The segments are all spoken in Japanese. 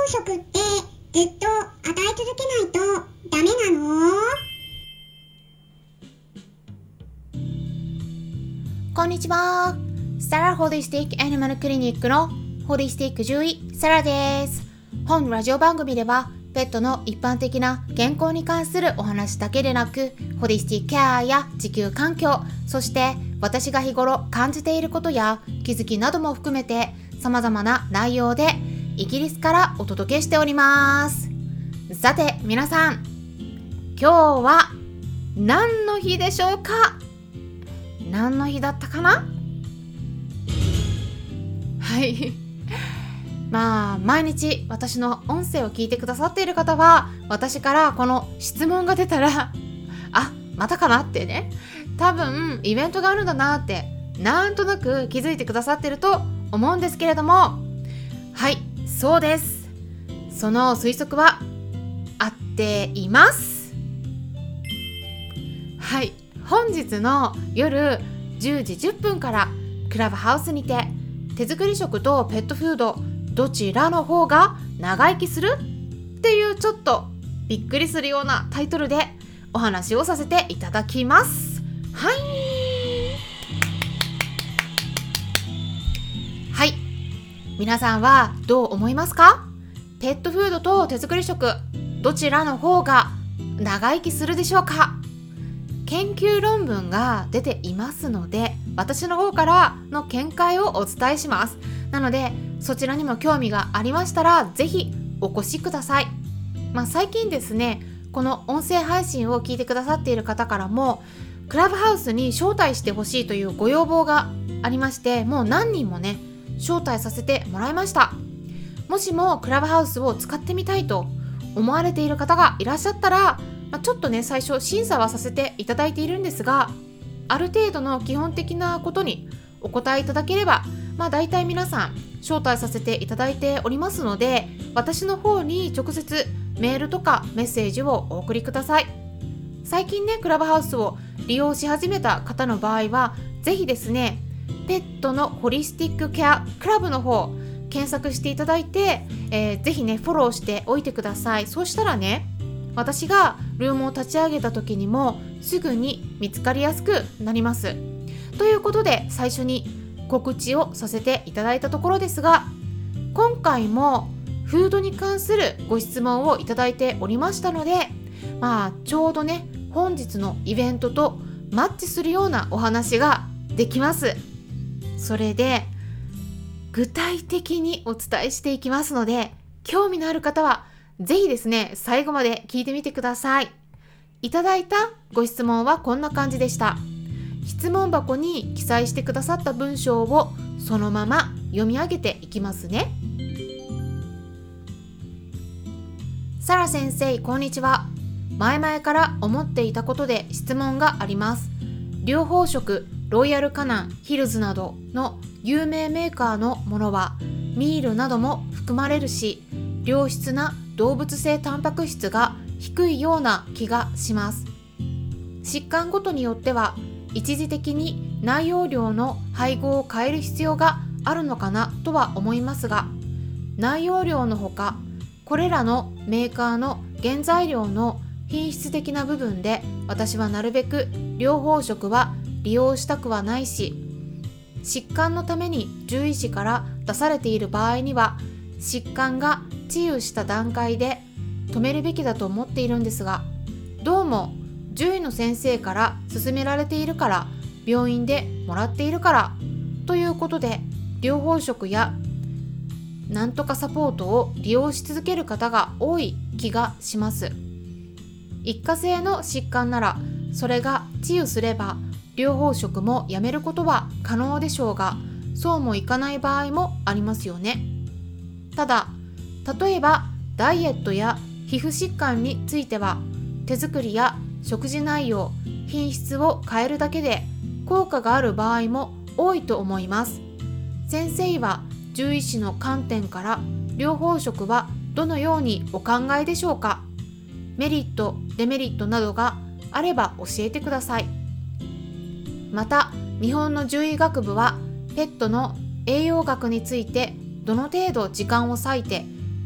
食ってずっと与え続けないとダメなの？ こんにちは。サラホリスティックアニマルクリニックのホリスティック獣医サラです。本ラジオ番組ではペットの一般的な健康に関するお話だけでなく、ホリスティックケアや地球環境、そして私が日頃感じていることや気づきなども含めて様々な内容でイギリスからお届けしております。さて皆さん、今日は何の日でしょうか？何の日だったかな？はい。毎日私の音声を聞いてくださっている方は、私からこの質問が出たら、またかなってね、多分イベントがあるんだなってなんとなく気づいてくださってると思うんですけれども、はい、そうです。その推測は合っています。はい、本日の夜10時10分からクラブハウスにて手作り食とペットフードどちらの方が長生きするっていうちょっとびっくりするようなタイトルでお話をさせていただきます。はい、皆さんはどう思いますか？ペットフードと手作り食どちらの方が長生きするでしょうか？研究論文が出ていますので、私の方からの見解をお伝えします。なのでそちらにも興味がありましたらぜひお越しください。最近ですね、この音声配信を聞いてくださっている方からもクラブハウスに招待してほしいというご要望がありまして、もう何人もね招待させてもらいました。もしもクラブハウスを使ってみたいと思われている方がいらっしゃったら、ちょっとね最初審査はさせていただいているんですが、ある程度の基本的なことにお答えいただければ、大体皆さん招待させていただいておりますので、私の方に直接メールとかメッセージをお送りください。最近ねクラブハウスを利用し始めた方の場合はぜひですね、ペットのホリスティックケアクラブの方検索していただいて、ぜひねフォローしておいてください。そうしたらね、私がルームを立ち上げた時にもすぐに見つかりやすくなります。ということで最初に告知をさせていただいたところですが、今回もフードに関するご質問をいただいておりましたので、ちょうどね本日のイベントとマッチするようなお話ができます。それで具体的にお伝えしていきますので、興味のある方はぜひですね最後まで聞いてみてください。いただいたご質問はこんな感じでした。質問箱に記載してくださった文章をそのまま読み上げていきますね。サラ先生、こんにちは。前々から思っていたことで質問があります。療法食ロイヤルカナン、ヒルズなどの有名メーカーのものはミールなども含まれるし、良質な動物性タンパク質が低いような気がします。疾患ごとによっては一時的に内容量の配合を変える必要があるのかなとは思いますが、内容量のほかこれらのメーカーの原材料の品質的な部分で私はなるべく療法食は利用したくはないし、疾患のために獣医師から出されている場合には疾患が治癒した段階で止めるべきだと思っているんですが、どうも獣医の先生から勧められているから、病院でもらっているからということで療法食やなんとかサポートを利用し続ける方が多い気がします。一過性の疾患ならそれが治癒すれば療法食もやめることは可能でしょうが、そうもいかない場合もありますよね。ただ例えばダイエットや皮膚疾患については手作りや食事内容、品質を変えるだけで効果がある場合も多いと思います。先生は獣医師の観点から療法食はどのようにお考えでしょうか？メリット、デメリットなどがあれば教えてください。また、日本の獣医学部はペットの栄養学についてどの程度時間を割いて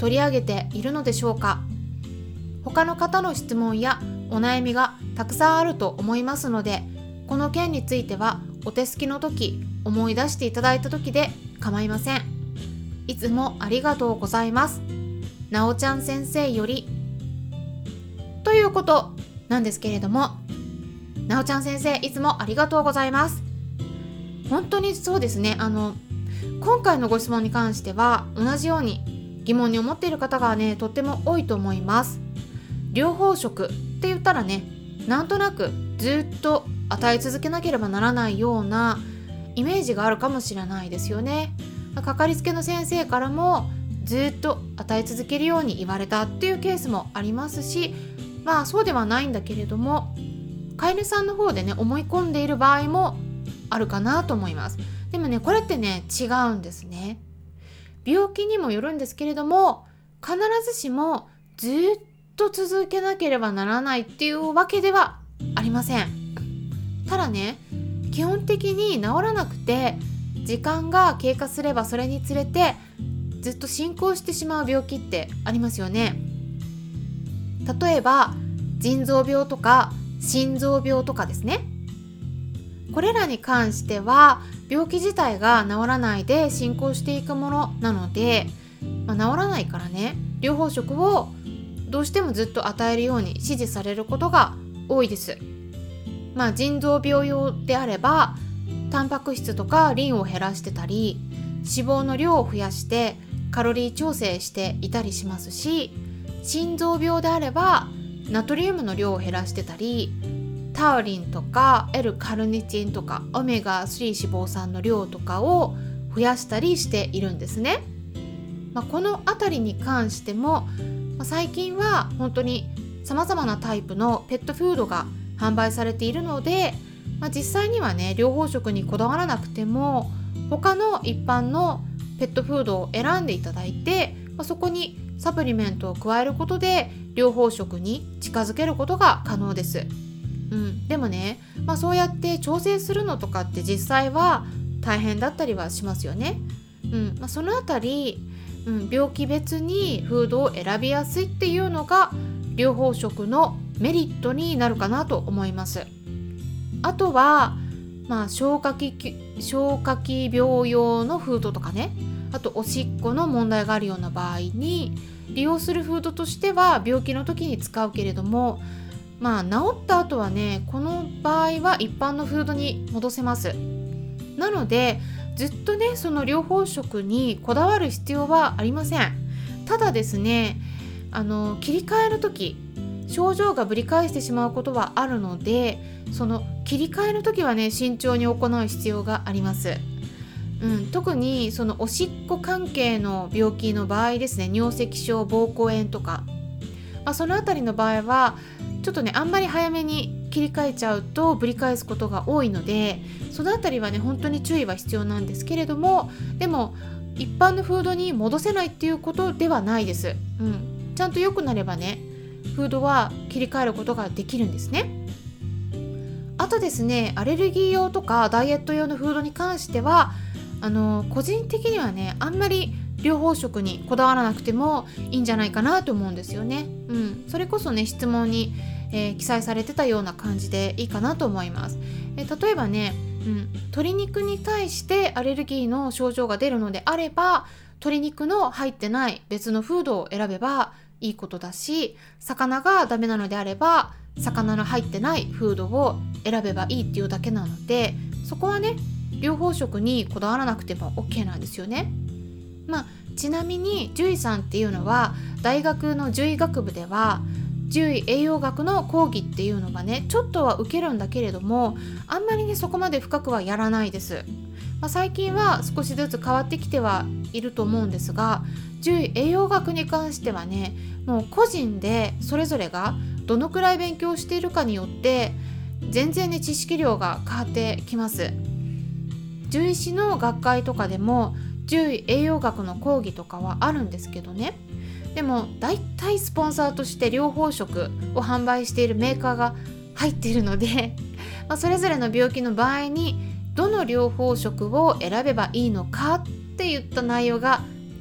取り上げているのでしょうか。他の方の質問やお悩みがたくさんあると思いますので、この件についてはお手すきの時、思い出していただいた時で構いません。いつもありがとうございます。なおちゃん先生より。ということなんですけれども、なおちゃん先生、いつもありがとうございます。本当にそうですね。今回のご質問に関しては同じように疑問に思っている方がね、とっても多いと思います。療法食って言ったらね、なんとなくずっと与え続けなければならないようなイメージがあるかもしれないですよね。かかりつけの先生からもずっと与え続けるように言われたっていうケースもありますし、そうではないんだけれども、飼い主さんの方でね思い込んでいる場合もあるかなと思います。でもね、これってね違うんですね。病気にもよるんですけれども、必ずしもずっと続けなければならないっていうわけではありません。ただね、基本的に治らなくて時間が経過すればそれにつれてずっと進行してしまう病気ってありますよね。例えば腎臓病とか心臓病とかですね。これらに関しては病気自体が治らないで進行していくものなので、治らないからね、療法食をどうしてもずっと与えるように指示されることが多いです。腎臓病用であればタンパク質とかリンを減らしてたり、脂肪の量を増やしてカロリー調整していたりしますし、心臓病であればナトリウムの量を減らしてたり、タウリンとか L カルニチンとかオメガ3脂肪酸の量とかを増やしたりしているんですね。このあたりに関しても、最近は本当に様々なタイプのペットフードが販売されているので、実際にはね療法食にこだわらなくても他の一般のペットフードを選んでいただいて、そこにサプリメントを加えることで療法食に近づけることが可能です。でもね、そうやって調整するのとかって実際は大変だったりはしますよね。そのあたり、病気別にフードを選びやすいっていうのが療法食のメリットになるかなと思います。あとは、消化器病用のフードとかね、あとおしっこの問題があるような場合に利用するフードとしては病気の時に使うけれども、治った後はね、この場合は一般のフードに戻せます。なのでずっとねその療法食にこだわる必要はありません。ただですね、切り替える時症状がぶり返してしまうことはあるので、その切り替えの時はね慎重に行う必要があります。特にそのおしっこ関係の病気の場合ですね、尿石症、膀胱炎とか、そのあたりの場合はちょっとねあんまり早めに切り替えちゃうとぶり返すことが多いので、そのあたりはね本当に注意は必要なんですけれども、でも一般のフードに戻せないっていうことではないです。ちゃんと良くなればねフードは切り替えることができるんですね。あとですね、アレルギー用とかダイエット用のフードに関しては個人的にはねあんまり療法食にこだわらなくてもいいんじゃないかなと思うんですよね。それこそね質問に、記載されてたような感じでいいかなと思います。例えばね、鶏肉に対してアレルギーの症状が出るのであれば、鶏肉の入ってない別のフードを選べばいいことだし、魚がダメなのであれば魚の入ってないフードを選べばいいっていうだけなので、そこはね療法食にこだわらなくても OK なんですよね。ちなみに獣医さんっていうのは大学の獣医学部では獣医栄養学の講義っていうのがねちょっとは受けるんだけれども、あんまりねそこまで深くはやらないです。最近は少しずつ変わってきてはいると思うんですが、獣医栄養学に関してはねもう個人でそれぞれがどのくらい勉強しているかによって全然ね知識量が変わってきます。獣医師の学会とかでも獣医栄養学の講義とかはあるんですけどね、でもだいたいスポンサーとして療法食を販売しているメーカーが入っているのでそれぞれの病気の場合にどの療法食を選べばいいのかっていった内容が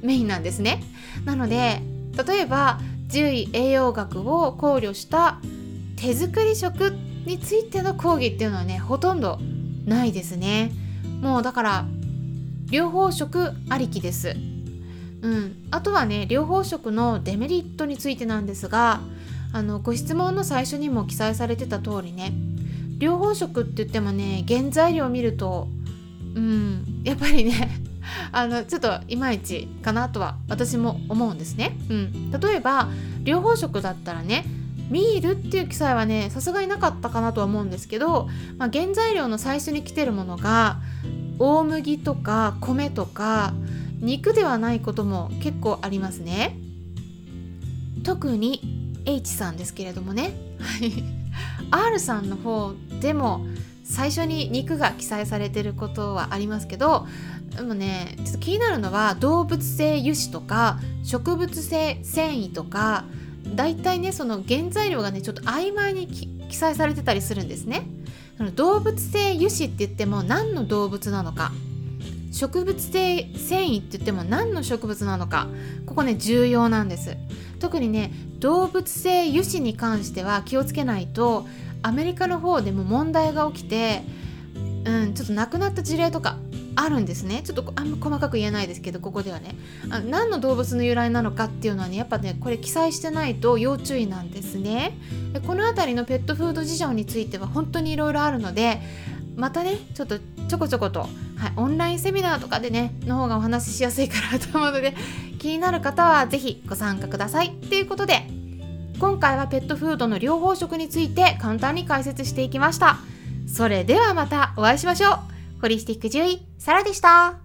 メインなんですね。なので例えば獣医栄養学を考慮した手作り食についての講義っていうのはねほとんどないですね。もうだから療法食ありきです。あとはね療法食のデメリットについてなんですが、ご質問の最初にも記載されてた通りね、療法食って言ってもね原材料を見るとやっぱりねちょっといまいちかなとは私も思うんですね。例えば療法食だったらねミールっていう記載はねさすがになかったかなとは思うんですけど、原材料の最初に来てるものが大麦とか米とか肉ではないことも結構ありますね。特に H さんですけれどもねR さんの方でも最初に肉が記載されてることはありますけど、でもねちょっと気になるのは動物性油脂とか植物性繊維とかだいたいねその原材料がねちょっと曖昧に記載されてたりするんですね。その動物性油脂って言っても何の動物なのか、植物性繊維って言っても何の植物なのか、ここね重要なんです。特にね動物性油脂に関しては気をつけないとアメリカの方でも問題が起きて、ちょっと亡くなった事例とかあるんですね。ちょっとあんま細かく言えないですけど、ここではね何の動物の由来なのかっていうのはねやっぱねこれ記載してないと要注意なんですね。でこのあたりのペットフード事情については本当にいろいろあるので、またねちょっとちょこちょこと、オンラインセミナーとかでねの方がお話ししやすいかなと思うので、気になる方はぜひご参加くださいということで、今回はペットフードの療法食について簡単に解説していきました。それではまたお会いしましょう。ホリスティック獣医サラでした。